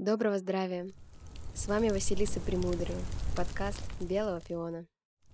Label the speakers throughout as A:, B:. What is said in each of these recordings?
A: Доброго здравия! С вами Василиса Премудрая, подкаст «Белого пиона».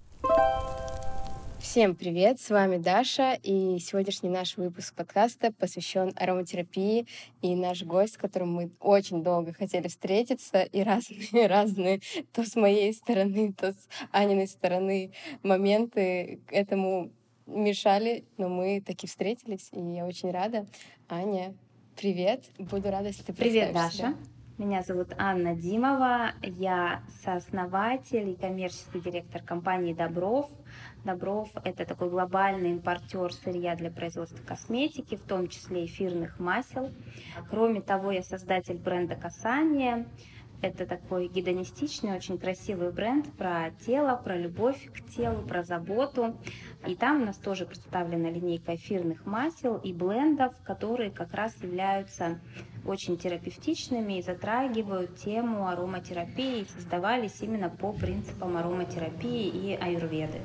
A: Всем привет, с вами Даша, и сегодняшний наш выпуск подкаста посвящен ароматерапии, и наш гость, с которым мы очень долго хотели встретиться, и разные, то с моей стороны, то с Аниной стороны моменты этому мешали, но мы таки встретились, и я очень рада. Аня, привет, буду рада, если ты
B: Привет,
A: представишь себя.
B: Даша. Меня зовут Анна Димова. Я сооснователь и коммерческий директор компании «Добров». «Добров» — это такой глобальный импортер сырья для производства косметики, в том числе эфирных масел. Кроме того, я создатель бренда «Касание». Это такой гедонистичный, очень красивый бренд про тело, про любовь к телу, про заботу. И там у нас тоже представлена линейка эфирных масел и блендов, которые как раз являются очень терапевтичными и затрагивают тему ароматерапии, и создавались именно по принципам ароматерапии и аюрведы.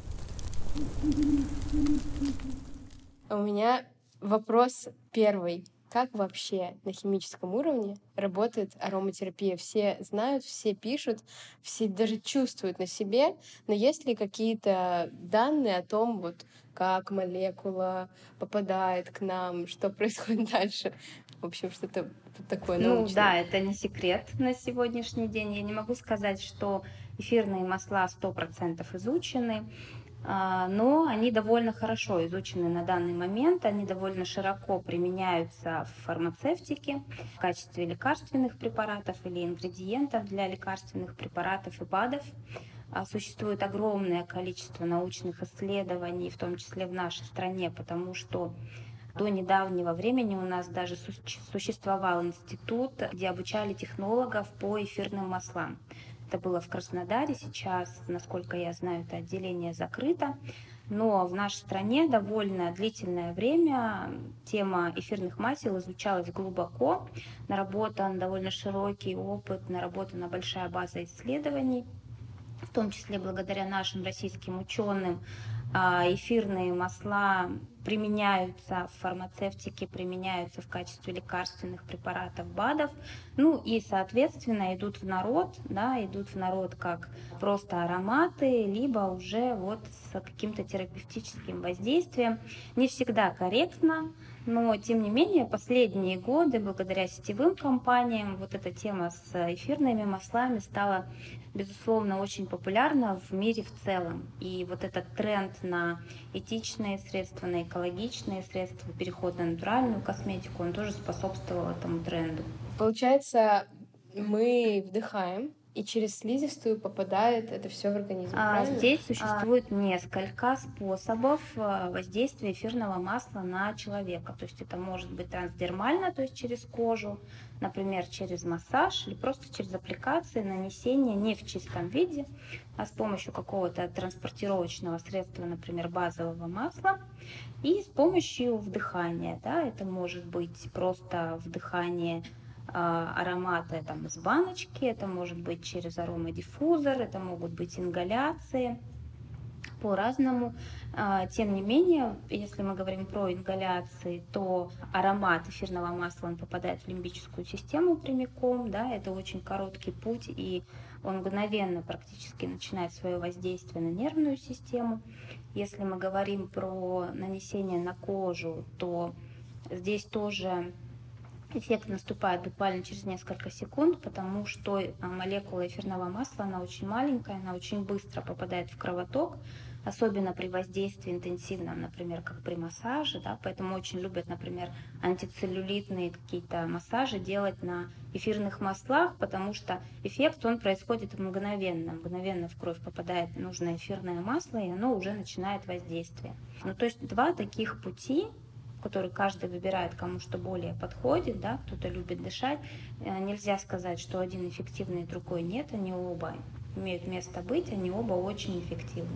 A: У меня вопрос первый. Как вообще на химическом уровне работает ароматерапия? Все знают, все пишут, все даже чувствуют на себе, но есть ли какие-то данные о том, вот как молекула попадает к нам, что происходит дальше? В общем, что-то такое научное.
B: Да, это не секрет на сегодняшний день. Я не могу сказать, что эфирные масла 100% изучены, но они довольно хорошо изучены на данный момент, они довольно широко применяются в фармацевтике в качестве лекарственных препаратов или ингредиентов для лекарственных препаратов и БАДов. Существует огромное количество научных исследований, в том числе в нашей стране, потому что до недавнего времени у нас даже существовал институт, где обучали технологов по эфирным маслам. Это было в Краснодаре, сейчас, насколько я знаю, это отделение закрыто. Но в нашей стране довольно длительное время тема эфирных масел изучалась глубоко, наработан довольно широкий опыт, наработана большая база исследований, в том числе благодаря нашим российским ученым. Эфирные масла применяются в фармацевтике, применяются в качестве лекарственных препаратов, БАДов, и, соответственно, идут в народ как просто ароматы, либо уже вот с каким-то терапевтическим воздействием. Не всегда корректно, но, тем не менее, последние годы, благодаря сетевым компаниям, вот эта тема с эфирными маслами стала, безусловно, очень популярна в мире в целом. И вот этот тренд на этичные средства, на экологичные средства, переход на натуральную косметику, он тоже способствовал этому тренду.
A: Получается, мы вдыхаем, и через слизистую попадает это все в организм, правильно?
B: Здесь существует несколько способов воздействия эфирного масла на человека. То есть это может быть трансдермально, то есть через кожу, например, через массаж или просто через аппликации, нанесение не в чистом виде, а с помощью какого-то транспортировочного средства, например, базового масла, и с помощью вдыхания. Это может быть просто вдыхание ароматы из баночки, это может быть через аромадиффузор, это могут быть ингаляции по-разному. Тем не менее, если мы говорим про ингаляции, то аромат эфирного масла, он попадает в лимбическую систему прямиком, это очень короткий путь, и он мгновенно практически начинает свое воздействие на нервную систему. Если мы говорим про нанесение на кожу, то здесь тоже эффект наступает буквально через несколько секунд, потому что молекула эфирного масла, она очень маленькая, она очень быстро попадает в кровоток, особенно при воздействии интенсивном, например, как при массаже, поэтому очень любят, например, антицеллюлитные какие-то массажи делать на эфирных маслах, потому что эффект, он происходит мгновенно. Мгновенно в кровь попадает нужное эфирное масло, и оно уже начинает воздействие. То есть два таких пути, который каждый выбирает, кому что более подходит, кто-то любит дышать. Нельзя сказать, что один эффективный, другой нет, они оба имеют место быть, они оба очень эффективны.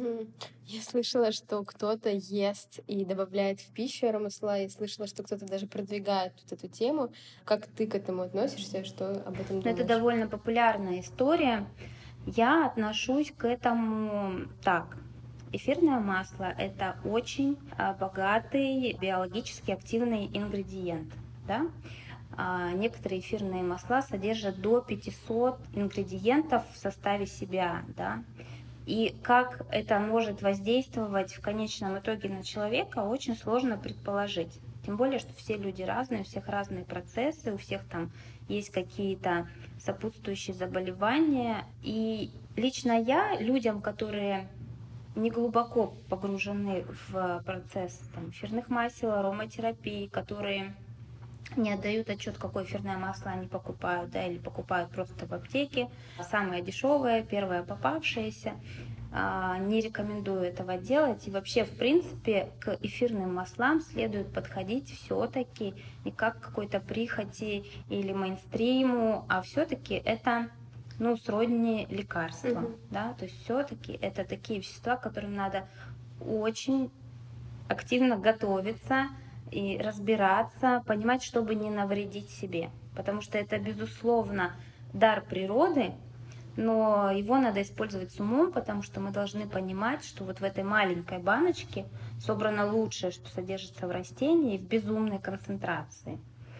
A: Я слышала, что кто-то ест и добавляет в пищу аромасла, я слышала, что кто-то даже продвигает вот эту тему. Как ты к этому относишься, что об этом думаешь?
B: Это довольно популярная история. Я отношусь к этому так. Эфирное масло – это очень богатый биологически активный ингредиент. некоторые эфирные масла содержат до 500 ингредиентов в составе себя, да. И как это может воздействовать в конечном итоге на человека, очень сложно предположить. Тем более, что все люди разные, у всех разные процессы, у всех там есть какие-то сопутствующие заболевания. И лично я людям, которые не глубоко погружены в процесс там, эфирных масел, ароматерапии, которые не отдают отчет, какое эфирное масло они покупают, да, или покупают просто в аптеке, самое дешевое, первое попавшееся. Не рекомендую этого делать. И вообще, в принципе, к эфирным маслам следует подходить все-таки не как к какой-то прихоти или мейнстриму, а все-таки это сродни лекарствам. Да? То есть все-таки это такие вещества, к которым надо очень активно готовиться и разбираться, понимать, чтобы не навредить себе. Потому что это, безусловно, дар природы, но его надо использовать с умом, потому что мы должны понимать, что вот в этой маленькой баночке собрано лучшее, что содержится в растении, в безумной концентрации.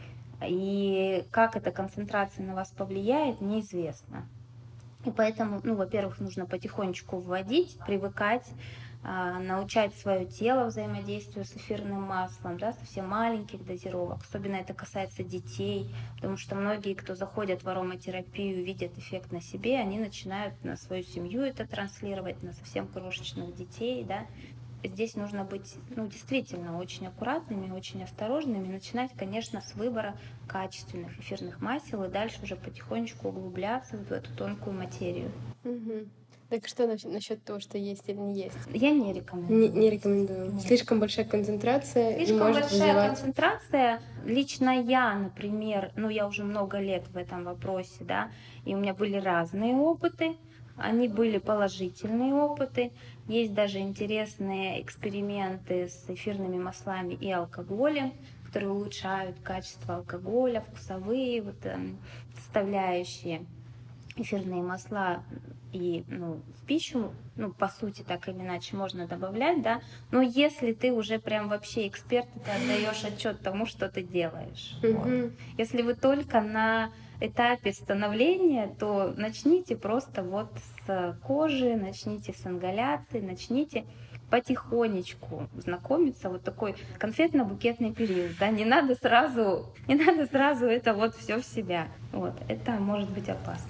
B: И как эта концентрация на вас повлияет, неизвестно. И поэтому, во-первых, нужно потихонечку вводить, привыкать, научать свое тело взаимодействию с эфирным маслом, да, совсем маленьких дозировок. Особенно это касается детей, потому что многие, кто заходят в ароматерапию, видят эффект на себе, они начинают на свою семью это транслировать, на совсем крошечных детей, да. Здесь нужно быть, действительно очень аккуратными, очень осторожными. Начинать, конечно, с выбора качественных эфирных масел и дальше уже потихонечку углубляться в эту тонкую материю.
A: Угу. Так что насчет того, что есть или не есть?
B: Я не рекомендую.
A: Не рекомендую. Нет. Слишком большая концентрация.
B: Слишком большая концентрация. Лично я, например, я уже много лет в этом вопросе, да, и у меня были разные опыты. Они были положительные опыты. Есть даже интересные эксперименты с эфирными маслами и алкоголем, которые улучшают качество алкоголя, вкусовые составляющие. Эфирные масла и в пищу, по сути, так или иначе можно добавлять, да. Но если ты уже прям вообще эксперт, ты отдаешь отчет тому, что ты делаешь. Вот. Если вы только на этапе становления, то начните просто с кожи, начните с ингаляции, начните потихонечку знакомиться, такой конфетно-букетный период, да, не надо сразу это все в себя. Это может быть опасно.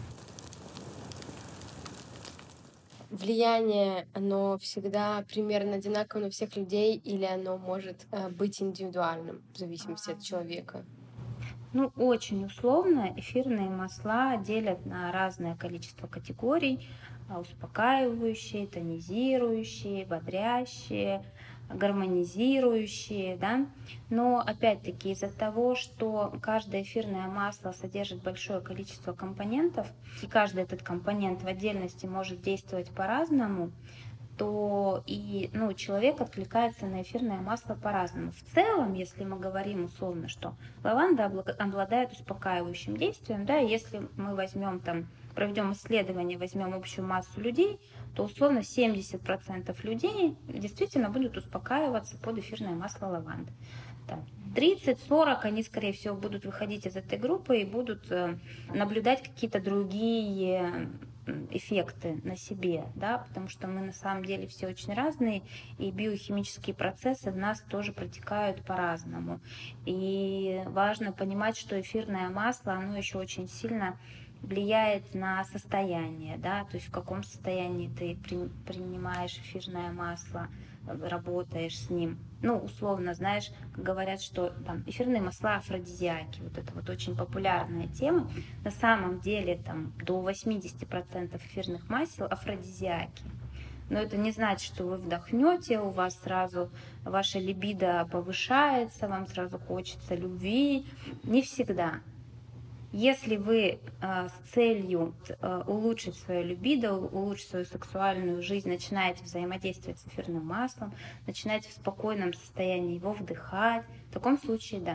A: Влияние, оно всегда примерно одинаково на всех людей или оно может быть индивидуальным в зависимости от человека?
B: Очень условно эфирные масла делят на разное количество категорий: успокаивающие, тонизирующие, бодрящие, гармонизирующие, да. Но опять-таки из-за того, что каждое эфирное масло содержит большое количество компонентов, и каждый этот компонент в отдельности может действовать по-разному, то и человек откликается на эфирное масло по-разному. В целом, если мы говорим условно, что лаванда обладает успокаивающим действием, да, если мы проведем исследование, возьмем общую массу людей, то условно 70% людей действительно будут успокаиваться под эфирное масло лаванды. 30-40 они, скорее всего, будут выходить из этой группы и будут наблюдать какие-то другие эффекты на себе, да, потому что мы на самом деле все очень разные, и биохимические процессы в нас тоже протекают по-разному. И важно понимать, что эфирное масло, оно еще очень сильно влияет на состояние, да, то есть в каком состоянии ты принимаешь эфирное масло, работаешь с ним. Условно, знаешь, говорят, что эфирные масла афродизиаки, это очень популярная тема. На самом деле до 80% эфирных масел афродизиаки. Но это не значит, что вы вдохнете, у вас сразу ваша либидо повышается, вам сразу хочется любви. Не всегда. Если вы с целью улучшить свою либидо, улучшить свою сексуальную жизнь, начинаете взаимодействовать с эфирным маслом, начинаете в спокойном состоянии его вдыхать, в таком случае да.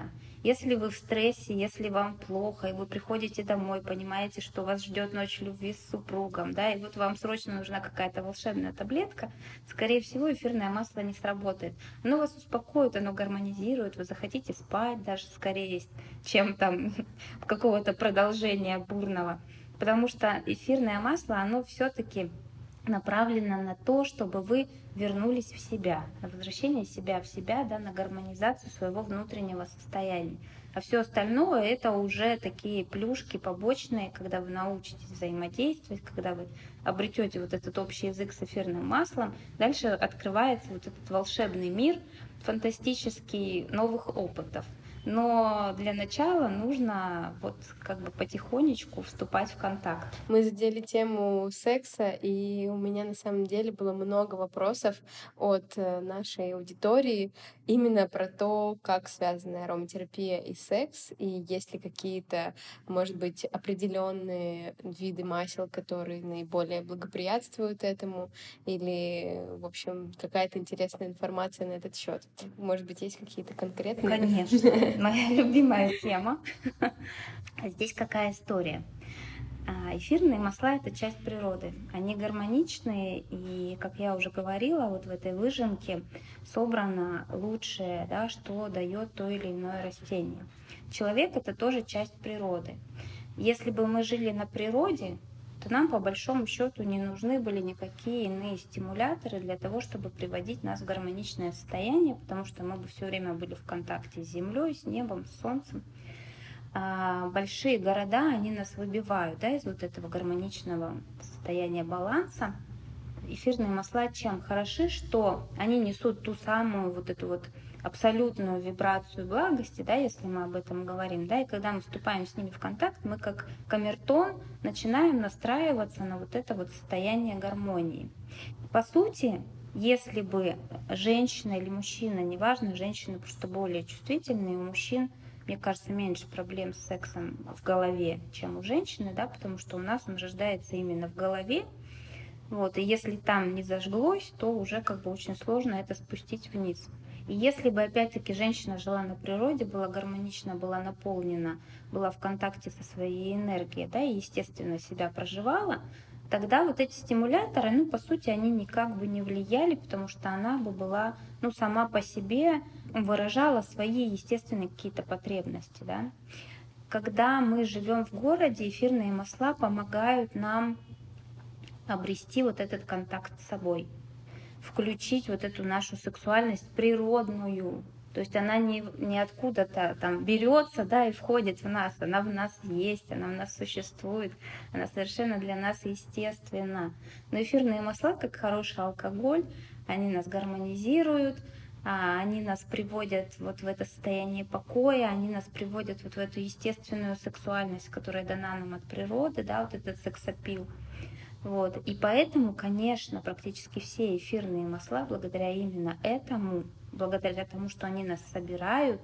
B: Если вы в стрессе, если вам плохо, и вы приходите домой, понимаете, что вас ждет ночь любви с супругом, да, и вот вам срочно нужна какая-то волшебная таблетка, скорее всего, эфирное масло не сработает. Оно вас успокоит, оно гармонизирует, вы захотите спать даже скорее, чем там какого-то продолжения бурного. Потому что эфирное масло, оно все-таки направлено на то, чтобы вы вернулись в себя, на возвращение себя в себя, да, на гармонизацию своего внутреннего состояния. А все остальное это уже такие плюшки побочные, когда вы научитесь взаимодействовать, когда вы обретете вот этот общий язык с эфирным маслом, дальше открывается вот этот волшебный мир, фантастический новых опытов. Но для начала нужно вот как бы потихонечку вступать в контакт.
A: Мы задели тему секса, и у меня на самом деле было много вопросов от нашей аудитории именно про то, как связаны ароматерапия и секс, и есть ли какие-то, может быть, определенные виды масел, которые наиболее благоприятствуют этому, или, в общем, какая-то интересная информация на этот счет. Может быть, есть какие-то конкретные?
B: Конечно, моя любимая тема. Здесь какая история? Эфирные масла – это часть природы. Они гармоничные, и, как я уже говорила, вот в этой выжимке собрано лучшее, да, что дает то или иное растение. Человек – это тоже часть природы. Если бы мы жили на природе, то нам по большому счету не нужны были никакие иные стимуляторы для того, чтобы приводить нас в гармоничное состояние, потому что мы бы все время были в контакте с землей, с небом, с солнцем. Большие города, они нас выбивают, да, из вот этого гармоничного состояния баланса. Эфирные масла чем хороши, что они несут ту самую вот эту вот абсолютную вибрацию благости, да, если мы об этом говорим, да, и когда мы вступаем с ними в контакт, мы как камертон начинаем настраиваться на вот это вот состояние гармонии. По сути, если бы женщина или мужчина, неважно, женщины просто более чувствительные, у мужчин, мне кажется, меньше проблем с сексом в голове, чем у женщины, да, потому что у нас он рождается именно в голове. Вот, и если там не зажглось, то уже как бы очень сложно это спустить вниз. И если бы, опять-таки, женщина жила на природе, была гармонична, была наполнена, была в контакте со своей энергией, да, и, естественно, себя проживала, тогда вот эти стимуляторы, ну, по сути, они никак бы не влияли, потому что она бы была, ну, сама по себе выражала свои естественные какие-то потребности, да. Когда мы живем в городе, эфирные масла помогают нам обрести вот этот контакт с собой, включить вот эту нашу сексуальность природную. То есть она не откуда-то там берется, да, и входит в нас. Она в нас есть, она в нас существует, она совершенно для нас естественна. Но эфирные масла, как хороший алкоголь, они нас гармонизируют, они нас приводят вот в это состояние покоя, они нас приводят вот в эту естественную сексуальность, которая дана нам от природы, да, вот этот сексапил. Вот. И поэтому, конечно, практически все эфирные масла, благодаря именно этому, благодаря тому, что они нас собирают,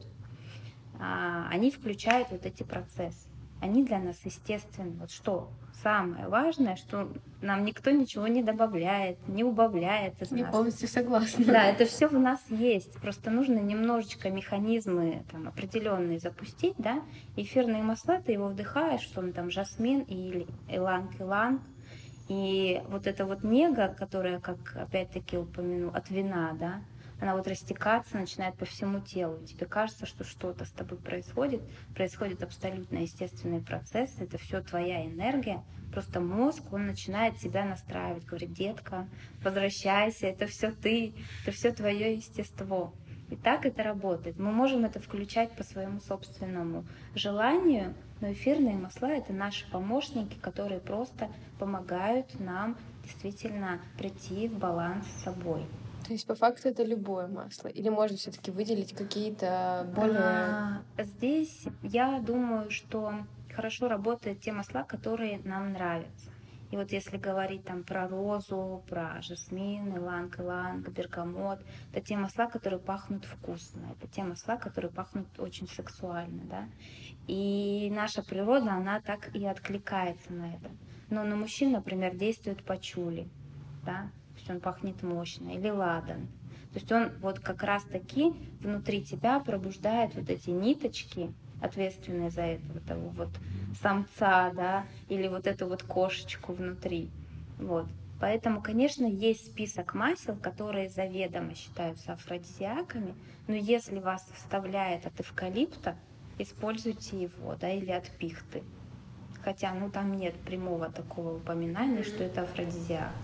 B: они включают вот эти процессы. Они для нас естественны. Вот что самое важное, что нам никто ничего не добавляет, не убавляет из нас.
A: Я полностью согласна.
B: Да, это все в нас есть. Просто нужно немножечко механизмы там, определенные запустить, да. Эфирные масла, ты его вдыхаешь, что он там жасмин или иланг-иланг. И вот эта вот нега, которая, как опять-таки упомяну, от вина, да, она вот растекаться начинает по всему телу. Тебе кажется, что что-то с тобой происходит абсолютно естественный процесс, это все твоя энергия. Просто мозг, он начинает тебя настраивать, говорит: детка, возвращайся, это все ты, это все твое естество. И так это работает. Мы можем это включать по своему собственному желанию, но эфирные масла — это наши помощники, которые просто помогают нам действительно прийти в баланс с собой.
A: То есть по факту это любое масло? Или можно все-таки выделить какие-то более...
B: Здесь я думаю, что хорошо работают те масла, которые нам нравятся. И вот если говорить там про розу, про жасмин, иланг-иланг, бергамот, это те масла, которые пахнут вкусно, это те масла, которые пахнут очень сексуально, да. И наша природа, она так и откликается на это. Но на мужчин, например, действует пачули, да, то есть он пахнет мощно, или ладан. То есть он вот как раз-таки внутри тебя пробуждает вот эти ниточки, ответственные за этого того вот самца, да, или вот эту вот кошечку внутри. Вот. Поэтому, конечно, есть список масел, которые заведомо считаются афродизиаками, но если вас вставляет от эвкалипта, используйте его, да, или от пихты. Хотя, ну, там нет прямого такого упоминания, что это афродизиак.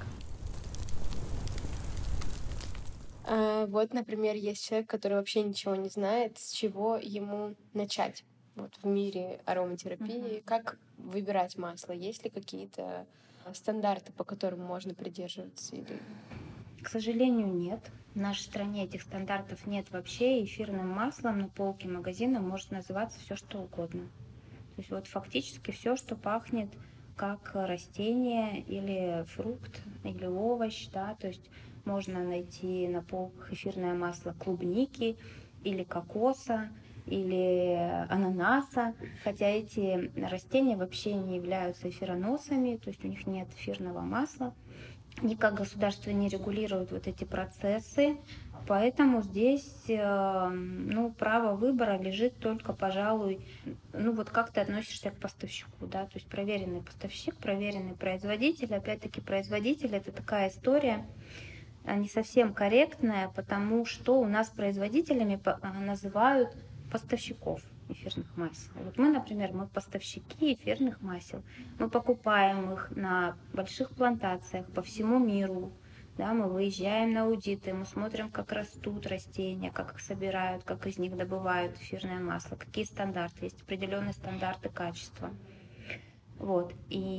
A: Вот, например, есть человек, который вообще ничего не знает, с чего ему начать вот в мире ароматерапии. Как выбирать масло? Есть ли какие-то стандарты, по которым можно придерживаться? Или...
B: К сожалению, нет. В нашей стране этих стандартов нет вообще. Эфирным маслом на полке магазина может называться все что угодно. То есть вот фактически все, что пахнет как растение или фрукт, или овощ, да, то есть можно найти на полках эфирное масло клубники или кокоса, или ананаса, хотя эти растения вообще не являются эфироносами, то есть у них нет эфирного масла. Никак государство не регулирует вот эти процессы, поэтому здесь ну, право выбора лежит только, пожалуй, ну вот как ты относишься к поставщику, да, то есть проверенный поставщик, проверенный производитель. Опять-таки производитель — это такая история не совсем корректная, потому что у нас производителями называют поставщиков эфирных масел. Вот мы, например, мы поставщики эфирных масел. Мы покупаем их на больших плантациях по всему миру. Да, мы выезжаем на аудиты, мы смотрим, как растут растения, как их собирают, как из них добывают эфирное масло, какие стандарты, есть определенные стандарты качества. Вот.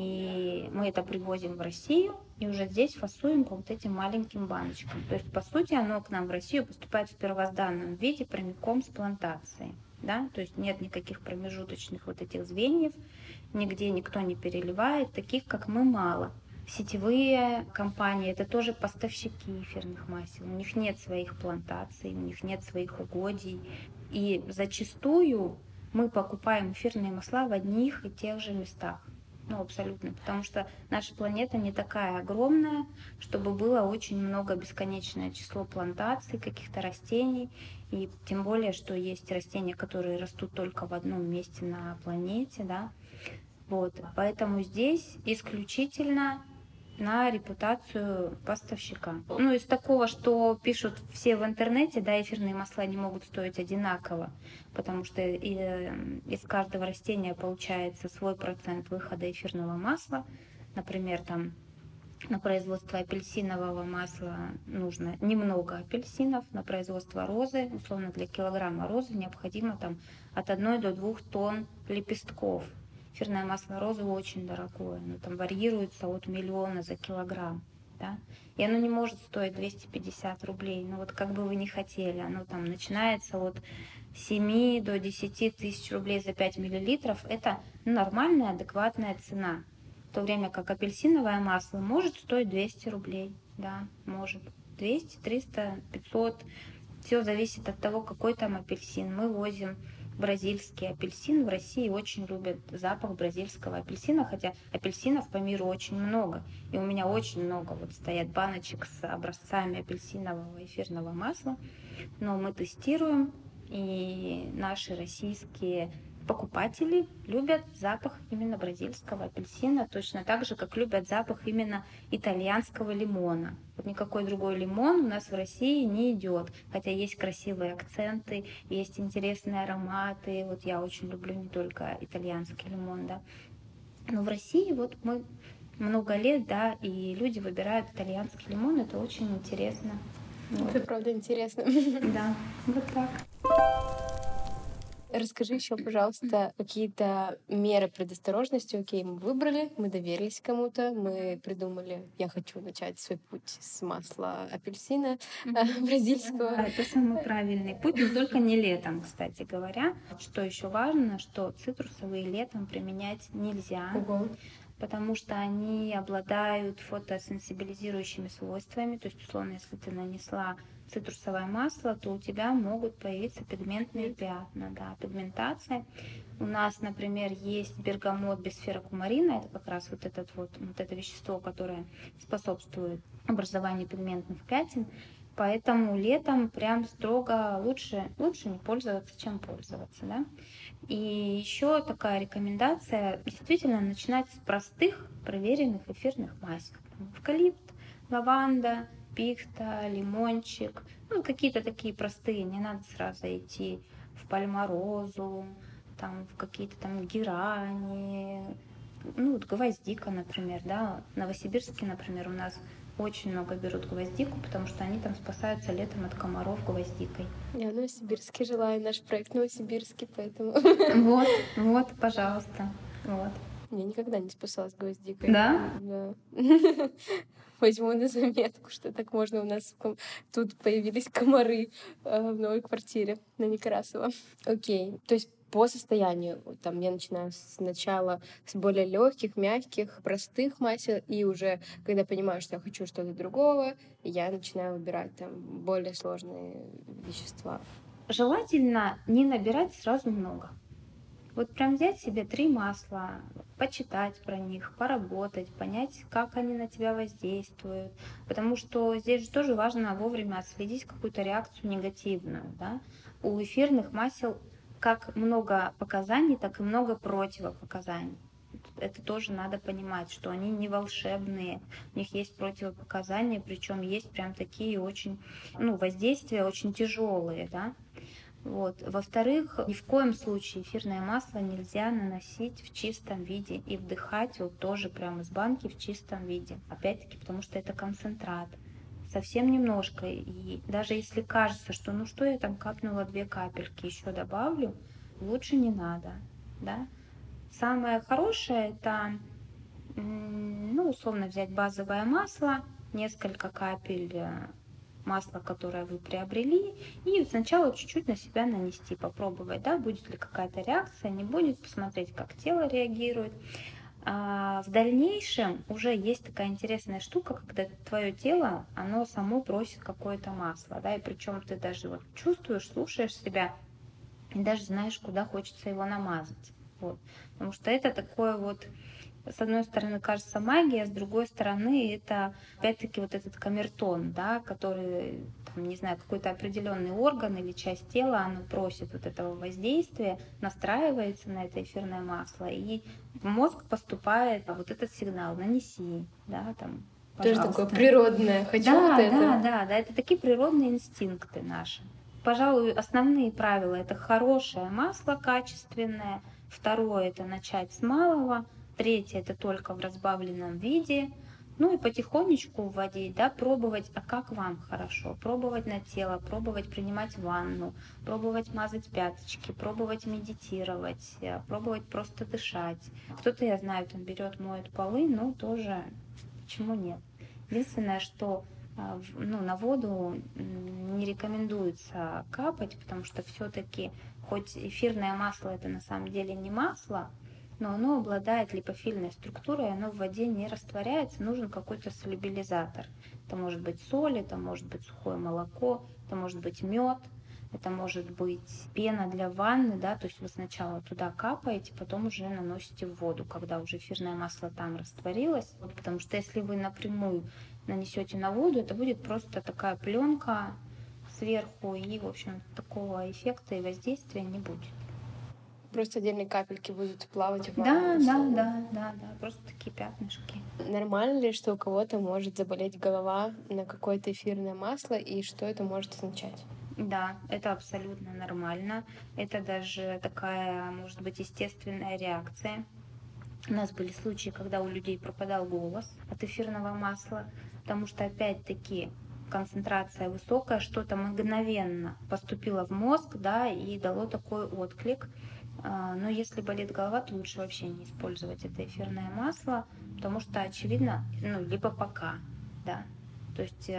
B: И мы это привозим в Россию, и уже здесь фасуем по вот этим маленьким баночкам. То есть, по сути, оно к нам в Россию поступает в первозданном виде прямиком с плантации. Да? То есть нет никаких промежуточных вот этих звеньев, нигде никто не переливает, таких, как мы, мало. Сетевые компании — это тоже поставщики эфирных масел. У них нет своих плантаций, у них нет своих угодий. И зачастую мы покупаем эфирные масла в одних и тех же местах. Ну, абсолютно. Потому что наша планета не такая огромная, чтобы было очень много, бесконечное число плантаций, каких-то растений. И тем более, что есть растения, которые растут только в одном месте на планете, да. Вот. Поэтому здесь исключительно на репутацию поставщика. Ну, из такого, что пишут все в интернете, да, эфирные масла не могут стоить одинаково, потому что из каждого растения получается свой процент выхода эфирного масла. Например, там на производство апельсинового масла нужно немного апельсинов, на производство розы, условно для килограмма розы необходимо там от 1 до 2 тонн лепестков. Эфирное масло розы очень дорогое, оно там варьируется от 1 000 000 за килограмм. Да? И оно не может стоить 250 рублей. Ну вот как бы вы ни хотели, оно там начинается от 7 до 10 тысяч рублей за 5 миллилитров. Это нормальная, адекватная цена. В то время как апельсиновое масло может стоить 200 рублей. Да, может. 200, 300, 500. Все зависит от того, какой там апельсин. Мы возим бразильский апельсин. В России очень любят запах бразильского апельсина, хотя апельсинов по миру очень много. И у меня очень много вот стоят баночек с образцами апельсинового эфирного масла. Но мы тестируем, и наши российские покупатели любят запах именно бразильского апельсина, точно так же, как любят запах именно итальянского лимона. Вот никакой другой лимон у нас в России не идет, хотя есть красивые акценты, есть интересные ароматы. Вот я очень люблю не только итальянский лимон, да. Но в России вот мы много лет, да, и люди выбирают итальянский лимон, это очень интересно.
A: Вот. Это правда интересно.
B: Да, вот так.
A: Расскажи еще, пожалуйста, какие-то меры предосторожности. Окей, мы выбрали, мы доверились кому-то, мы придумали, я хочу начать свой путь с масла апельсина бразильского.
B: Да, это самый правильный путь, но только не летом, кстати говоря. Что еще важно, что цитрусовые летом применять нельзя.
A: Ого.
B: Потому что они обладают фотосенсибилизирующими свойствами. То есть, условно, если ты нанесла цитрусовое масло, то у тебя могут появиться пигментные пятна, да, пигментация. У нас, например, есть бергамот бисферокумарина, это как раз вот это вещество, которое способствует образованию пигментных пятен. Поэтому летом прям строго лучше не пользоваться, чем пользоваться, да. И еще такая рекомендация, действительно начинать с простых, проверенных эфирных масел. Эвкалипт, лаванда, пихта, лимончик, ну, какие-то такие простые, не надо сразу идти в пальморозу, там, в какие-то там герани, ну, вот гвоздика, например, да. В Новосибирске, например, у нас очень много берут гвоздику, потому что они там спасаются летом от комаров гвоздикой.
A: Я в Новосибирске жила, и наш проект в Новосибирске, поэтому...
B: Вот, пожалуйста. Вот.
A: Я никогда не спасалась гвоздикой.
B: Да?
A: Да. Возьму на заметку, что так можно. У нас тут появились комары в новой квартире на Некрасова. Окей. То есть по состоянию, там я начинаю сначала с более легких, мягких, простых масел, и уже когда понимаю, что я хочу что-то другого, я начинаю выбирать там более сложные вещества.
B: Желательно не набирать сразу много. Вот прям взять себе 3 масла, почитать про них, поработать, понять, как они на тебя воздействуют. Потому что здесь же тоже важно вовремя отследить какую-то реакцию негативную. Да? У эфирных масел как много показаний, так и много противопоказаний. Это тоже надо понимать, что они не волшебные, у них есть противопоказания, причем есть прям такие очень, воздействия очень тяжелые, да. Вот. Во-вторых, ни в коем случае эфирное масло нельзя наносить в чистом виде и вдыхать вот тоже прямо из банки в чистом виде. Опять-таки, потому что это концентрат. Совсем немножко. И даже если кажется, что ну что я там капнула 2 капельки, еще добавлю, лучше не надо. Да? Самое хорошее это, условно взять базовое масло, несколько капель масло, которое вы приобрели, и сначала чуть-чуть на себя нанести, попробовать, да, будет ли какая-то реакция, не будет, посмотреть, как тело реагирует. А в дальнейшем уже есть такая интересная штука, когда твое тело, оно само просит какое-то масло, да, и причем ты даже вот чувствуешь, слушаешь себя, и даже знаешь, куда хочется его намазать. Вот. Потому что это такое вот, с одной стороны, кажется магия, с другой стороны, это опять-таки вот этот камертон, да, который, там, не знаю, какой-то определенный орган или часть тела, оно просит вот этого воздействия, настраивается на это эфирное масло, и в мозг поступает вот этот сигнал: нанеси, да, там,
A: Тоже
B: пожалуйста.
A: такое природное. Хочу
B: Да,
A: вот это.
B: да, это такие природные инстинкты наши. Пожалуй, основные правила — это хорошее масло качественное, второе — это начать с малого, третье — это только в разбавленном виде, ну и потихонечку вводить, да, пробовать, а как вам хорошо, пробовать на тело, пробовать принимать ванну, пробовать мазать пяточки, пробовать медитировать, пробовать просто дышать. Кто-то, я знаю, там берет, моет полы, но тоже почему нет. Единственное, что на воду не рекомендуется капать, потому что все-таки, хоть эфирное масло это на самом деле не масло, но оно обладает липофильной структурой, оно в воде не растворяется, нужен какой-то солюбилизатор. Это может быть соль, это может быть сухое молоко, это может быть мед, это может быть пена для ванны, да, то есть вы сначала туда капаете, потом уже наносите в воду, когда уже эфирное масло там растворилось, потому что если вы напрямую нанесете на воду, это будет просто такая пленка сверху, и, в общем, такого эффекта и воздействия не будет.
A: Просто отдельные капельки будут плавать в
B: ванну.
A: Да,
B: просто такие пятнышки.
A: Нормально ли, что у кого-то может заболеть голова на какое-то эфирное масло, и что это может означать?
B: Да, это абсолютно нормально. Это даже такая, может быть, естественная реакция. У нас были случаи, когда у людей пропадал голос от эфирного масла, потому что, опять-таки, концентрация высокая, что-то мгновенно поступило в мозг, да, и дало такой отклик. Но если болит голова, то лучше вообще не использовать это эфирное масло, потому что, очевидно, либо пока, да. То есть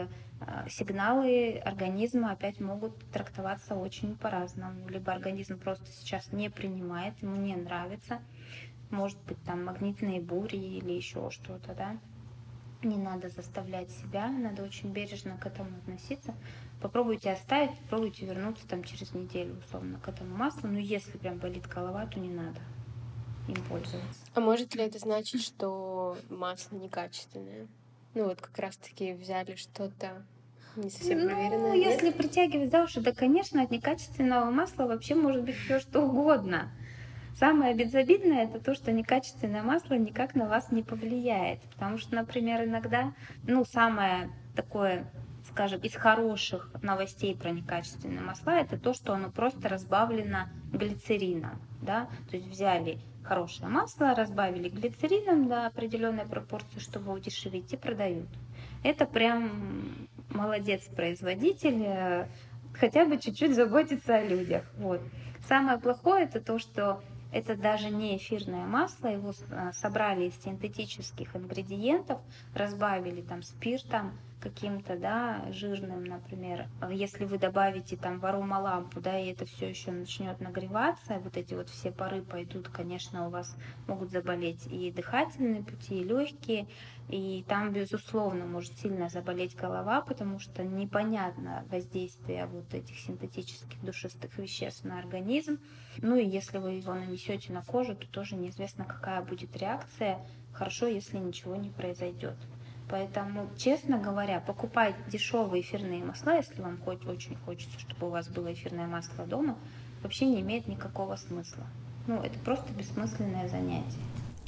B: сигналы организма опять могут трактоваться очень по-разному. Либо организм просто сейчас не принимает, ему не нравится, может быть, там магнитные бури или еще что-то, да. Не надо заставлять себя, надо очень бережно к этому относиться. Попробуйте оставить, попробуйте вернуться там через неделю, условно, к этому маслу. Но если прям болит голова, то не надо им пользоваться.
A: А может ли это значить, что масло некачественное? Вот как раз-таки взяли что-то Не совсем
B: Ну,
A: проверенное,
B: если
A: нет?
B: притягивать за уши, да, конечно, от некачественного масла вообще может быть все что угодно. Самое безобидное это то, что некачественное масло никак на вас не повлияет. Потому что, например, иногда, ну, самое такое, скажем, из хороших новостей про некачественные масла, это то, что оно просто разбавлено глицерином. Да? То есть взяли хорошее масло, разбавили глицерином до определенной пропорции, чтобы удешевить, и продают. Это прям молодец производитель, хотя бы чуть-чуть заботится о людях. Вот. Самое плохое это то, что это даже не эфирное масло, его собрали из синтетических ингредиентов, разбавили там спиртом каким-то, да, жирным, например. Если вы добавите там в аромалампу, да, и это все еще начнет нагреваться, вот эти вот все пары пойдут, конечно, у вас могут заболеть и дыхательные пути, и легкие, и там, безусловно, может сильно заболеть голова, потому что непонятно воздействие вот этих синтетических душистых веществ на организм. Ну и если вы его нанесете на кожу, то тоже неизвестно, какая будет реакция. Хорошо, если ничего не произойдет. Поэтому, честно говоря, покупать дешевые эфирные масла, если вам хоть очень хочется, чтобы у вас было эфирное масло дома, вообще не имеет никакого смысла. Ну, это просто бессмысленное занятие.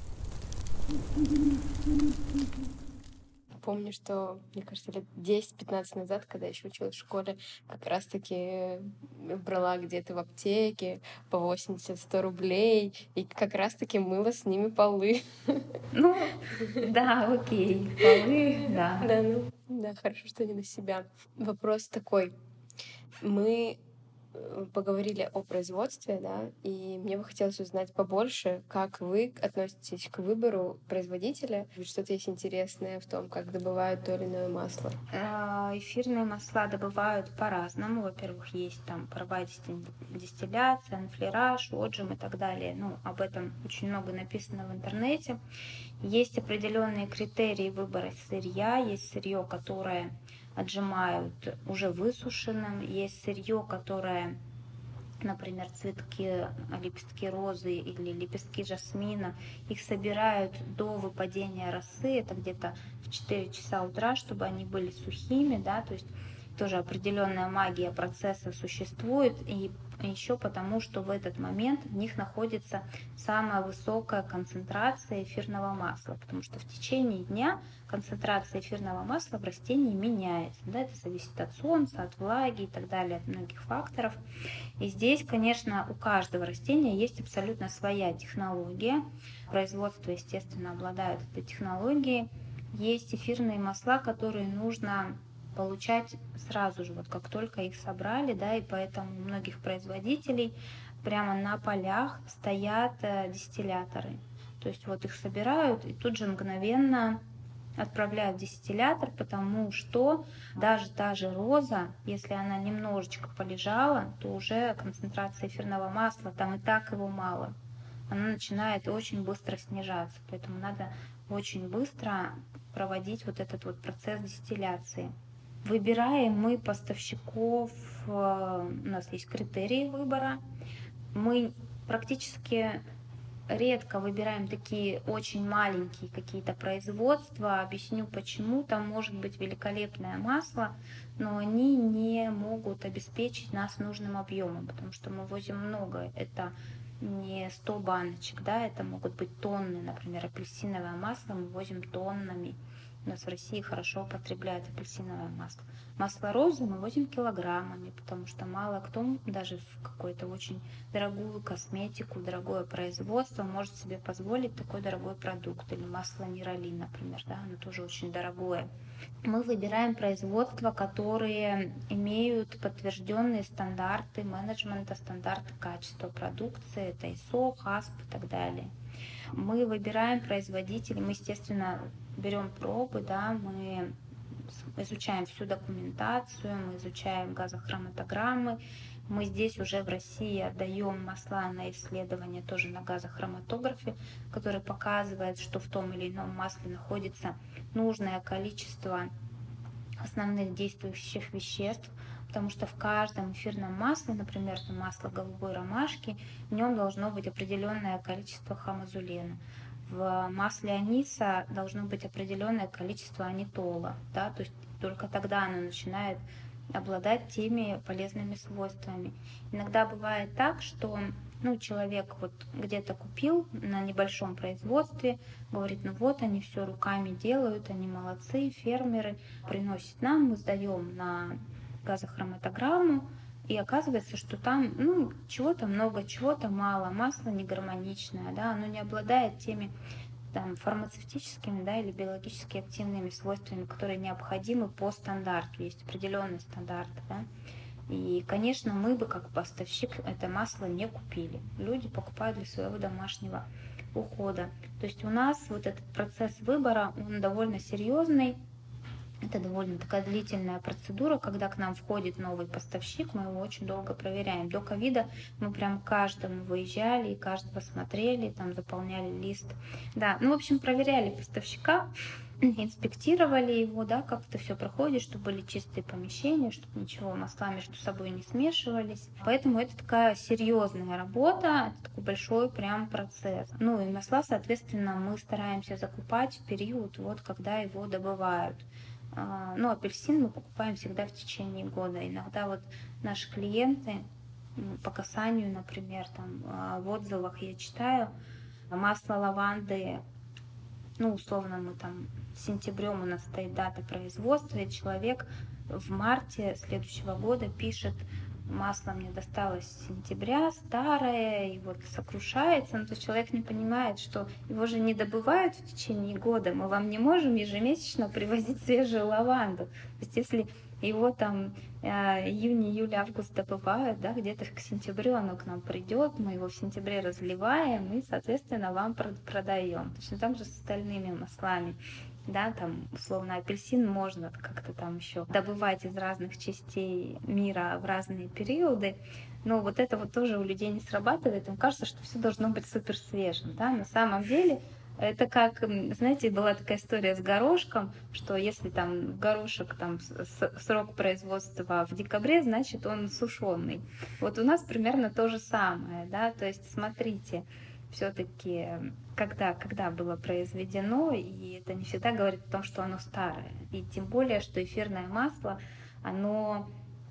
A: Помню, что, мне кажется, лет 10-15 назад, когда еще училась в школе, как раз-таки брала где-то в аптеке по 80-100 рублей, и как раз-таки мыла с ними полы.
B: Ну, да, окей, полы, да.
A: Да, ну, да, хорошо, что не на себя. Вопрос такой. Мы поговорили о производстве, да, и мне бы хотелось узнать побольше, как вы относитесь к выбору производителя. Что-то есть интересное в том, как добывают то или иное масло.
B: Эфирные масла добывают по-разному. Во-первых, есть там паровая дистилляция, анфлераж, отжим и так далее. Ну, об этом очень много написано в интернете. Есть определенные критерии выбора сырья. Есть сырье, которое отжимают уже высушенным. Есть сырье, которое, например, цветки, лепестки розы или лепестки жасмина, их собирают до выпадения росы, это где-то в 4 часа утра, чтобы они были сухими, да, то есть тоже определенная магия процесса существует, и еще потому, что в этот момент в них находится самая высокая концентрация эфирного масла, потому что в течение дня концентрация эфирного масла в растении меняется. Да, это зависит от солнца, от влаги и так далее, от многих факторов. И здесь, конечно, у каждого растения есть абсолютно своя технология. Производство, естественно, обладает этой технологией. Есть эфирные масла, которые нужно получать сразу же, вот как только их собрали, да, и поэтому у многих производителей прямо на полях стоят дистилляторы. То есть вот их собирают и тут же мгновенно отправляют в дистиллятор, потому что даже та же роза, если она немножечко полежала, то уже концентрация эфирного масла, там и так его мало, она начинает очень быстро снижаться. Поэтому надо очень быстро проводить вот этот вот процесс дистилляции. Выбираем мы поставщиков, у нас есть критерии выбора. Мы практически редко выбираем такие очень маленькие какие-то производства. Объясню почему. Там может быть великолепное масло, но они не могут обеспечить нас нужным объемом, потому что мы возим много. Это не 100 баночек, да, это могут быть тонны, например, апельсиновое масло мы возим тоннами. У нас в России хорошо употребляют апельсиновое масло. Масло розы мы возим килограммами, потому что мало кто даже в какую-то очень дорогую косметику, дорогое производство может себе позволить такой дорогой продукт. Или масло ниролин, например, да, оно тоже очень дорогое. Мы выбираем производства, которые имеют подтвержденные стандарты менеджмента, стандарты качества продукции, это ISO, HACCP и так далее. Мы выбираем производителей, мы, естественно, берем пробы, да, мы изучаем всю документацию, мы изучаем газохроматограммы. Мы здесь уже в России отдаем масла на исследование тоже на газохроматографе, который показывает, что в том или ином масле находится нужное количество основных действующих веществ, потому что в каждом эфирном масле, например, масло голубой ромашки, в нем должно быть определенное количество хамазулена. В масле аниса должно быть определенное количество анитола, да, то есть только тогда оно начинает обладать теми полезными свойствами. Иногда бывает так, что человек вот где-то купил на небольшом производстве, говорит, ну вот они все руками делают, они молодцы, фермеры, приносят нам, мы сдаем на газохроматограмму, и оказывается, что там чего-то много, чего-то мало, масло не гармоничное, да, оно не обладает теми там, фармацевтическими, да, или биологически активными свойствами, которые необходимы по стандарту. Есть определенный стандарт, да. И, конечно, мы бы как поставщик это масло не купили. Люди покупают для своего домашнего ухода. То есть у нас вот этот процесс выбора, он довольно серьезный. Это довольно такая длительная процедура, когда к нам входит новый поставщик, мы его очень долго проверяем. До ковида мы прям каждому выезжали и каждого смотрели, там заполняли лист. Да, в общем, проверяли поставщика, инспектировали его, да, как это все проходит, чтобы были чистые помещения, чтобы ничего масла между собой не смешивались. Поэтому это такая серьезная работа, это такой большой прям процесс. И масла, соответственно, мы стараемся закупать в период, вот когда его добывают. Апельсин мы покупаем всегда в течение года. Иногда вот наши клиенты по касанию, например, там в отзывах я читаю, масло лаванды, условно мы там сентябрем у нас стоит дата производства, и человек в марте следующего года пишет: масло мне досталось с сентября, старое, и вот сокрушается. То есть человек не понимает, что его же не добывают в течение года. Мы вам не можем ежемесячно привозить свежую лаванду. То есть если его там июнь, июль, август добывают, да, где-то к сентябрю оно к нам придет, мы его в сентябре разливаем и, соответственно, вам продаем. Точно так же с остальными маслами. Да, там, условно, апельсин можно как-то там еще добывать из разных частей мира в разные периоды, но вот это вот тоже у людей не срабатывает, им кажется, что все должно быть супер свежим, да, на самом деле это как, знаете, была такая история с горошком, что если там горошек, там срок производства в декабре, значит он сушеный. Вот у нас примерно то же самое, да, то есть смотрите, все-таки когда было произведено, и это не всегда говорит о том, что оно старое. И тем более, что эфирное масло, оно,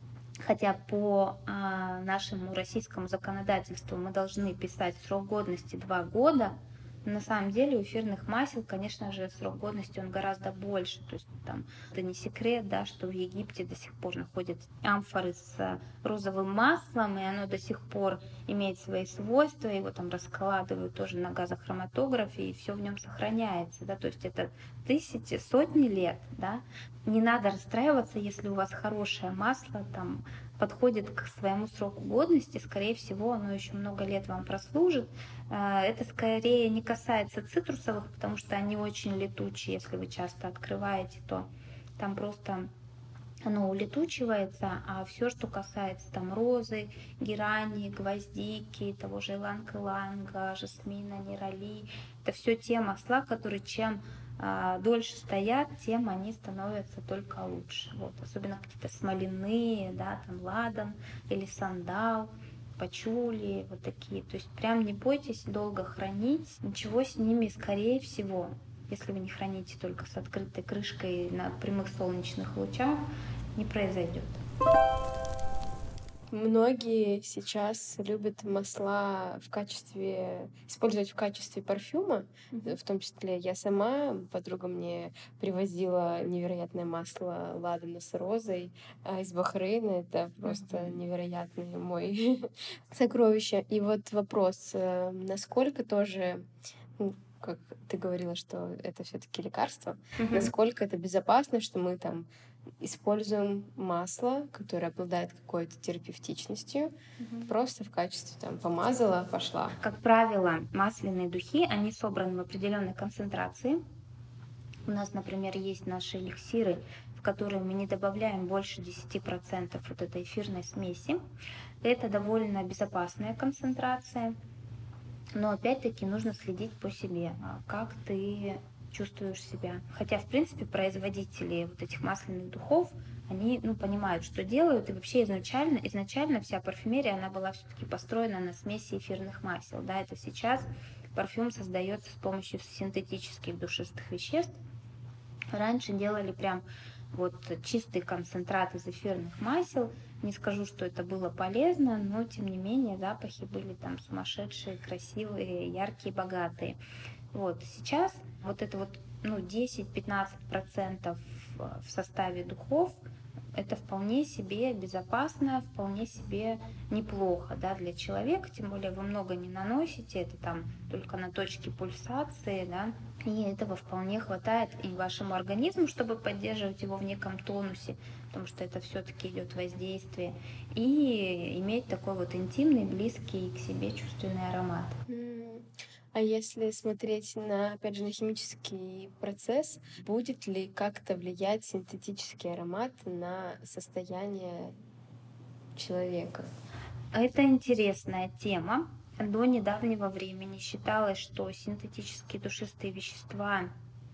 B: хотя по нашему российскому законодательству мы должны писать срок годности 2 года, на самом деле у эфирных масел, конечно же, срок годности он гораздо больше. То есть там это не секрет, да, что в Египте до сих пор находят амфоры с розовым маслом, и оно до сих пор имеет свои свойства, его там раскладывают тоже на газохроматографе, и все в нем сохраняется, да, то есть это тысячи, сотни лет, да. Не надо расстраиваться, если у вас хорошее масло, там, подходит к своему сроку годности, скорее всего, оно еще много лет вам прослужит. Это скорее не касается цитрусовых, потому что они очень летучие. Если вы часто открываете, то там просто оно улетучивается, а все, что касается там розы, герани, гвоздики, того же иланг-иланга, жасмина, нерали, это все те масла, которые чем дольше стоят, тем они становятся только лучше. Вот. Особенно какие-то смоляные, да, там ладан или сандал, пачули, вот такие. То есть прям не бойтесь долго хранить, ничего с ними, скорее всего, если вы не храните только с открытой крышкой на прямых солнечных лучах, не произойдет.
A: Многие сейчас любят масла использовать в качестве парфюма, в том числе я сама, подруга мне привозила невероятное масло ладана с розой из Бахрейна, это просто невероятное мой сокровище. И вот вопрос, насколько тоже, как ты говорила, что это все-таки лекарство, насколько это безопасно, что мы там используем масло, которое обладает какой-то терапевтичностью, просто в качестве там помазала, пошла.
B: Как правило, масляные духи, они собраны в определенной концентрации. У нас, например, есть наши эликсиры, в которые мы не добавляем больше 10% вот этой эфирной смеси. Это довольно безопасная концентрация, но опять-таки нужно следить по себе, как ты чувствуешь себя. Хотя, в принципе, производители вот этих масляных духов, они понимают, что делают. И вообще изначально вся парфюмерия, она была все-таки построена на смеси эфирных масел. Да, это сейчас парфюм создается с помощью синтетических душистых веществ. Раньше делали прям вот чистый концентрат из эфирных масел. Не скажу, что это было полезно, но тем не менее запахи были там сумасшедшие, красивые, яркие, богатые. Вот сейчас вот это вот, ну, 10-15% в составе духов, это вполне себе безопасно, вполне себе неплохо, да, для человека, тем более вы много не наносите, это там только на точке пульсации, да, и этого вполне хватает и вашему организму, чтобы поддерживать его в неком тонусе, потому что это все-таки идет воздействие, и иметь такой вот интимный, близкий к себе чувственный аромат.
A: А если смотреть на, опять же, на химический процесс, будет ли как-то влиять синтетический аромат на состояние человека?
B: Это интересная тема. До недавнего времени считалось, что синтетические душистые вещества,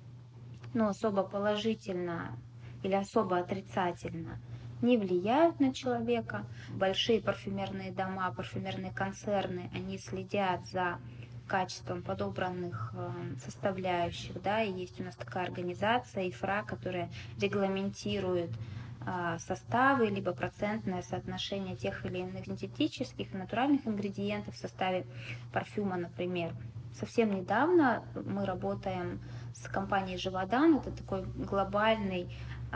B: ну, особо положительно или особо отрицательно не влияют на человека. Большие парфюмерные дома, парфюмерные концерны, они следят за качеством подобранных составляющих, да, и есть у нас такая организация ИФРА, которая регламентирует составы, либо процентное соотношение тех или иных синтетических и натуральных ингредиентов в составе парфюма, например. Совсем недавно мы работаем с компанией Живодан, это такой глобальный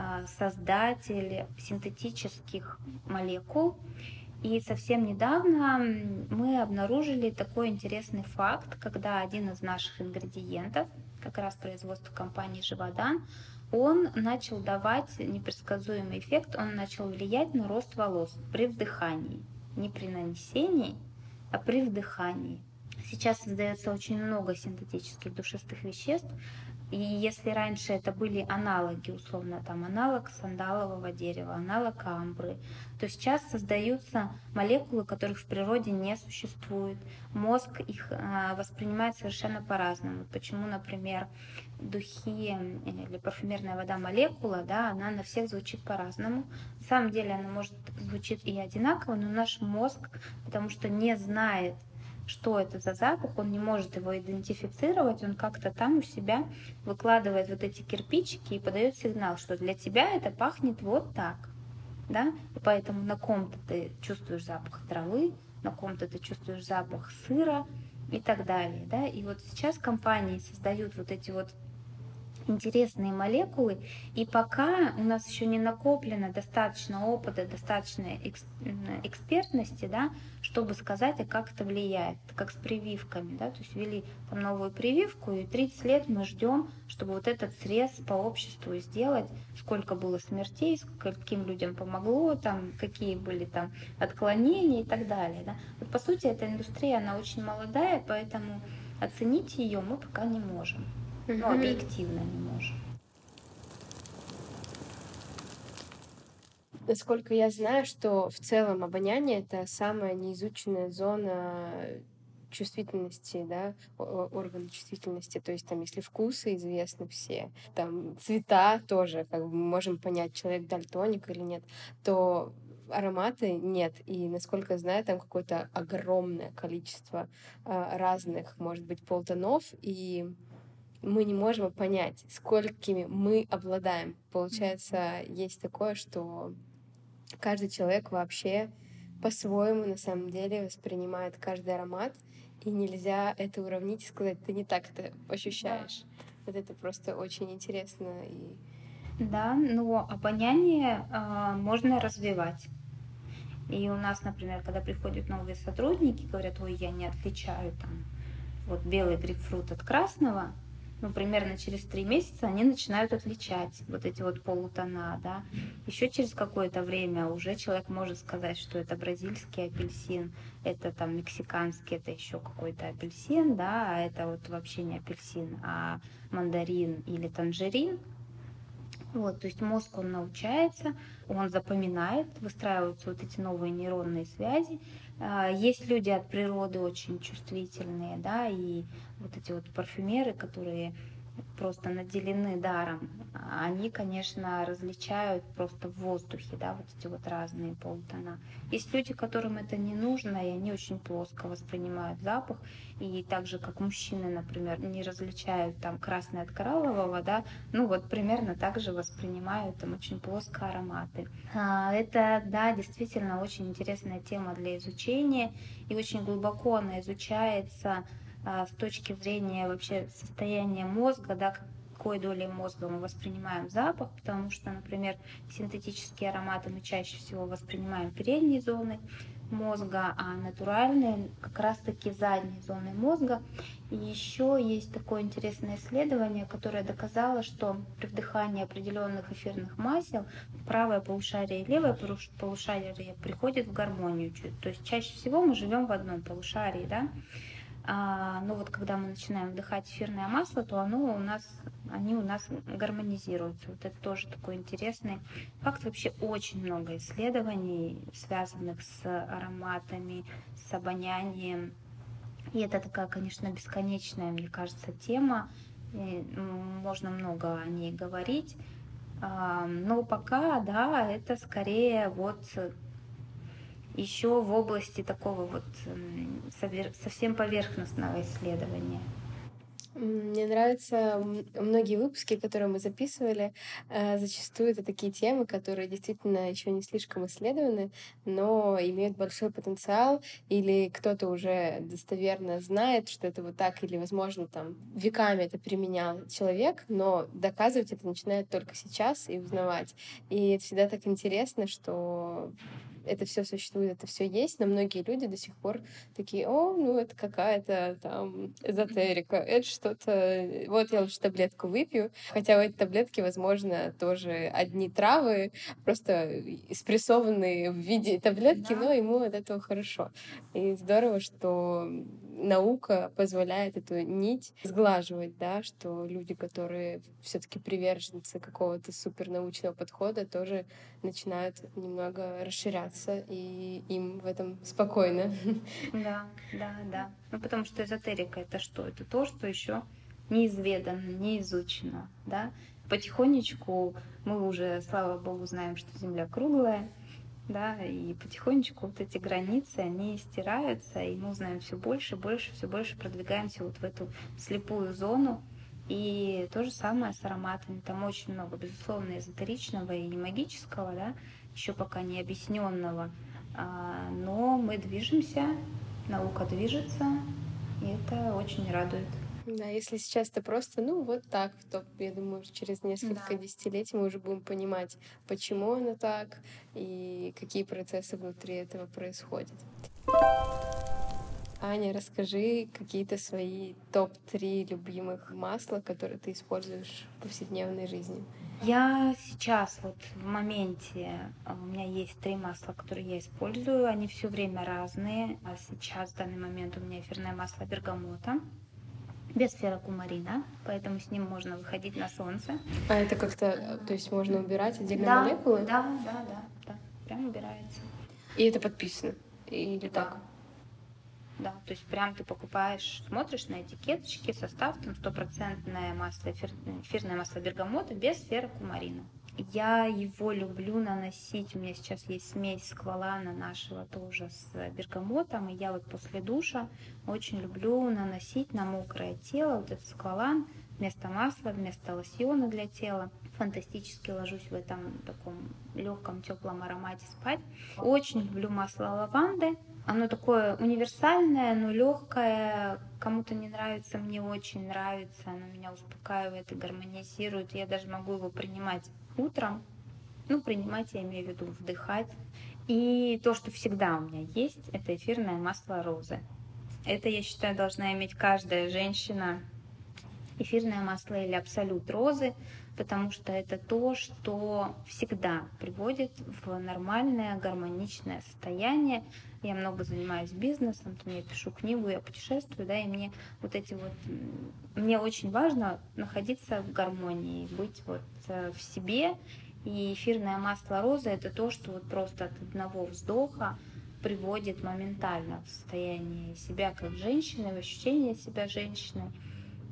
B: создатель синтетических молекул. И совсем недавно мы обнаружили такой интересный факт, когда один из наших ингредиентов, как раз производство компании Живодан, он начал давать непредсказуемый эффект, он начал влиять на рост волос при вдыхании. Не при нанесении, а при вдыхании. Сейчас создается очень много синтетических душистых веществ, и если раньше это были аналоги, условно, там аналог сандалового дерева, аналог амбры, то сейчас создаются молекулы, которых в природе не существует. Мозг их воспринимает совершенно по-разному. Почему, например, духи или парфюмерная вода молекула, да, она на всех звучит по-разному. На самом деле она может звучит и одинаково, но наш мозг, потому что не знает, что это за запах, он не может его идентифицировать, он как-то там у себя выкладывает вот эти кирпичики и подает сигнал, что для тебя это пахнет вот так, да, и поэтому на ком-то ты чувствуешь запах травы, на ком-то ты чувствуешь запах сыра и так далее, да, и вот сейчас компании создают вот эти вот интересные молекулы, и пока у нас еще не накоплено достаточно опыта, достаточно экспертности, да, чтобы сказать, а как это влияет, как с прививками, да, то есть ввели там новую прививку, и 30 лет мы ждем, чтобы вот этот срез по обществу сделать, сколько было смертей, скольким людям помогло, там, какие были там отклонения и так далее, да. Вот по сути эта индустрия, она очень молодая, поэтому оценить ее мы пока не можем. Ну, объективно не можем.
A: Насколько я знаю, что в целом обоняние — это самая неизученная зона чувствительности, да, органы чувствительности. То есть там, если вкусы известны все, там цвета тоже, как бы мы можем понять, человек дальтоник или нет, то ароматы нет. И, насколько я знаю, там какое-то огромное количество разных, может быть, полтонов, и мы не можем понять, сколькими мы обладаем. Получается, есть такое, что каждый человек вообще по-своему на самом деле воспринимает каждый аромат, и нельзя это уравнить и сказать, ты не так это ощущаешь. Вот это просто очень интересно.
B: Да, но обоняние можно развивать. И у нас, например, когда приходят новые сотрудники, говорят, ой, я не отличаю там вот белый грейпфрут от красного, ну, примерно через 3 месяца они начинают отличать вот эти вот полутона, да. Еще через какое-то время уже человек может сказать, что это бразильский апельсин, это там мексиканский, это еще какой-то апельсин, да, а это вот вообще не апельсин, а мандарин или танжерин. Вот, то есть мозг, он научается, он запоминает, выстраиваются вот эти новые нейронные связи. Есть люди от природы очень чувствительные, да, и вот эти вот парфюмеры, которые просто наделены даром, они, конечно, различают просто в воздухе, да, вот эти вот разные полутона. Есть люди, которым это не нужно, и они очень плоско воспринимают запах, и так же, как мужчины, например, не различают там красный от кораллового, да, ну вот примерно так же воспринимают там очень плоско ароматы. Это, да, действительно очень интересная тема для изучения, и очень глубоко она изучается с точки зрения вообще состояния мозга, да, какой долей мозга мы воспринимаем запах, потому что, например, синтетические ароматы мы чаще всего воспринимаем передней зоны мозга, а натуральные как раз-таки задней зоны мозга. И еще есть такое интересное исследование, которое доказало, что при вдыхании определенных эфирных масел правое полушарие и левое полушарие приходят в гармонию. То есть чаще всего мы живем в одном полушарии, да? Но вот когда мы начинаем вдыхать эфирное масло, то они у нас гармонизируются. Вот это тоже такой интересный факт. Вообще очень много исследований, связанных с ароматами, с обонянием. И это такая, конечно, бесконечная, мне кажется, тема. И можно много о ней говорить. Но пока, да, это скорее вот еще в области такого вот совсем поверхностного исследования.
A: Мне нравятся многие выпуски, которые мы записывали. Зачастую это такие темы, которые действительно еще не слишком исследованы, но имеют большой потенциал, или кто-то уже достоверно знает, что это вот так, или, возможно, там веками это применял человек, но доказывать это начинает только сейчас и узнавать. И это всегда так интересно, что это все существует, это все есть, но многие люди до сих пор такие: о, ну это какая-то там эзотерика, это что-то, вот я лучше таблетку выпью. Хотя в этой таблетке, возможно, тоже одни травы, просто спрессованные в виде таблетки, но
B: Да.
A: ему от этого хорошо. И здорово, что наука позволяет эту нить сглаживать, да, что люди, которые все-таки приверженцы какого-то супернаучного подхода, тоже начинают немного расширяться, и им в этом спокойно.
B: Да, да, да. Ну, потому что эзотерика это что? Это то, что еще неизведано, не изучено, да. Потихонечку мы уже, слава богу, знаем, что Земля круглая, да, и потихонечку вот эти границы, они стираются, и мы узнаем все больше, больше, все больше продвигаемся вот в эту слепую зону. И то же самое с ароматами. Там очень много, безусловно, эзотеричного и магического, да, еще пока не объясненного. Но мы движемся, наука движется, и это очень радует.
A: Да, если сейчас это просто, ну, вот так, то, я думаю, через несколько
B: Да.
A: десятилетий мы уже будем понимать, почему оно так и какие процессы внутри этого происходят. Аня, расскажи какие-то свои топ-3 любимых масла, которые ты используешь в повседневной жизни.
B: Я сейчас вот в моменте, у меня есть 3 масла, которые я использую, они все время разные. А сейчас, в данный момент, у меня эфирное масло бергамота, без феррокумарина, поэтому с ним можно выходить на солнце.
A: А это как-то, то есть можно убирать отдельно
B: Да,
A: молекулы?
B: да, прям убирается.
A: И это подписано? Или
B: Да.
A: так?
B: Да, то есть прям ты покупаешь, смотришь на этикеточке, состав, там стопроцентное масло, эфирное масло бергамота без феррокумарина. Я его люблю наносить, у меня сейчас есть смесь сквалана нашего тоже с бергамотом, и я вот после душа очень люблю наносить на мокрое тело вот этот сквалан вместо масла, вместо лосьона для тела. Фантастически ложусь в этом таком легком теплом аромате спать. Очень люблю масло лаванды. Оно такое универсальное, но легкое. Кому-то не нравится, мне очень нравится. Оно меня успокаивает и гармонизирует. Я даже могу его принимать утром. Ну, принимать, я имею в виду вдыхать. И то, что всегда у меня есть, это эфирное масло розы. Это, я считаю, должна иметь каждая женщина. Эфирное масло или абсолют розы, потому что это то, что всегда приводит в нормальное, гармоничное состояние. Я много занимаюсь бизнесом, там я пишу книгу, я путешествую, да, и мне вот эти вот, мне очень важно находиться в гармонии, быть вот в себе. И эфирное масло розы это то, что вот просто от одного вздоха приводит моментально в состояние себя как женщины, в ощущение себя женщиной.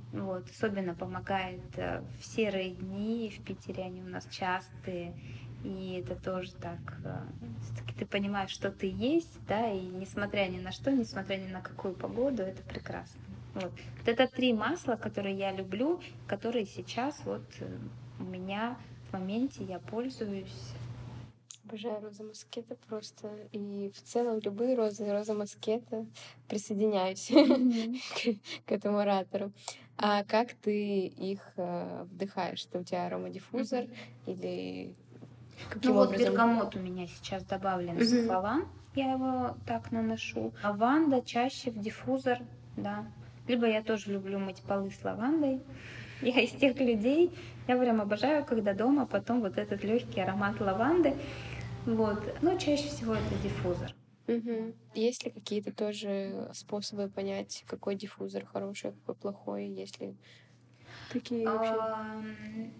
B: Вот, особенно помогает в серые дни, в Питере они у нас частые, и это тоже так, всё-таки ты понимаешь, что ты есть, да, и несмотря ни на что, несмотря ни на какую погоду, это прекрасно. Вот. Вот это 3 масла, которые я люблю, которые сейчас вот у меня в моменте я пользуюсь.
A: Обожаю розы москита просто. И в целом любые розы, и роза москита. Присоединяюсь
B: Мгм.
A: к этому оратору. А как ты их вдыхаешь? Это у тебя аромадиффузор
B: Мгм.
A: или
B: Ну
A: каким
B: вот
A: образом?
B: бергамот у меня сейчас добавлен в
A: Мгм.
B: сафлован, я его так наношу. Лаванда чаще в диффузор, да. Либо я тоже люблю мыть полы с лавандой. Я из тех людей, я прям обожаю, когда дома потом вот этот легкий аромат лаванды. Вот. Но чаще всего это диффузор.
A: Мгм. Есть ли какие-то тоже способы понять, какой диффузор хороший, а какой плохой? Есть ли такие вообще?
B: Ам,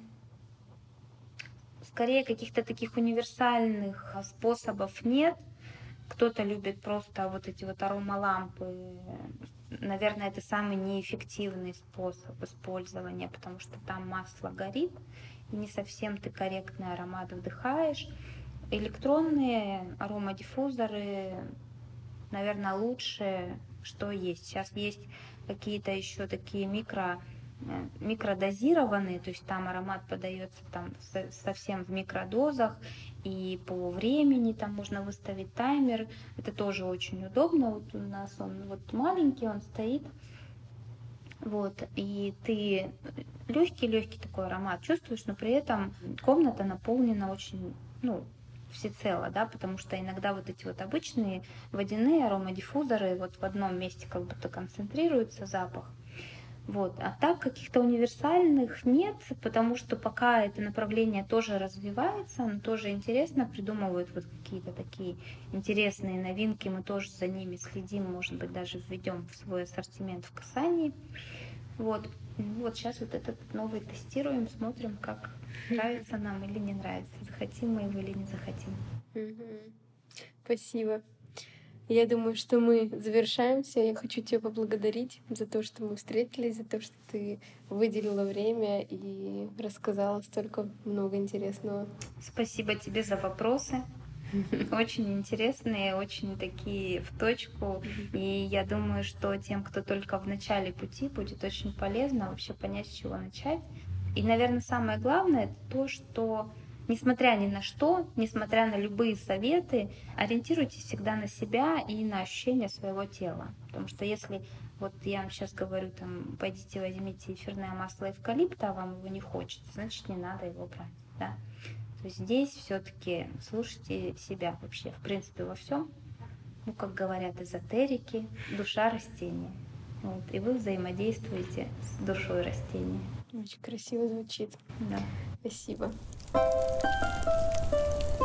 B: Скорее каких-то таких универсальных способов нет. Кто-то любит просто вот эти вот аромалампы. Наверное, это самый неэффективный способ использования, потому что там масло горит, и не совсем ты корректный аромат вдыхаешь. Электронные аромадиффузоры, наверное, лучшее, что есть. Сейчас есть какие-то еще такие микродозированные, то есть там аромат подается там совсем в микродозах, и по времени там можно выставить таймер. Это тоже очень удобно. Вот у нас он вот маленький, он стоит, вот, и ты легкий-легкий такой аромат чувствуешь, но при этом комната наполнена очень, ну, всецело, да, потому что иногда вот эти вот обычные водяные аромадиффузоры вот в одном месте как будто концентрируется запах. Вот. А так каких-то универсальных нет, потому что пока это направление тоже развивается, оно тоже интересно, придумывают вот какие-то такие интересные новинки, мы тоже за ними следим, может быть, даже введем в свой ассортимент в касании. Вот. Вот сейчас вот этот новый тестируем, смотрим, как нравится нам или не нравится, захотим мы его или не захотим.
A: Мгм. Спасибо. Я думаю, что мы завершаемся. Я хочу тебя поблагодарить за то, что мы встретились, за то, что ты выделила время и рассказала столько много интересного.
B: Спасибо тебе за вопросы. Очень интересные, очень такие в точку. И я думаю, что тем, кто только в начале пути, будет очень полезно вообще понять, с чего начать. И, наверное, самое главное, это то, что несмотря ни на что, несмотря на любые советы, ориентируйтесь всегда на себя и на ощущение своего тела. Потому что если вот я вам сейчас говорю, там, пойдите возьмите эфирное масло эвкалипта, а вам его не хочется, значит, не надо его брать. Да? То есть здесь все-таки слушайте себя вообще, в принципе, во всем. Ну, как говорят эзотерики, душа растения. Вот, и вы взаимодействуете с душой растения.
A: Очень красиво звучит.
B: Да.
A: Спасибо.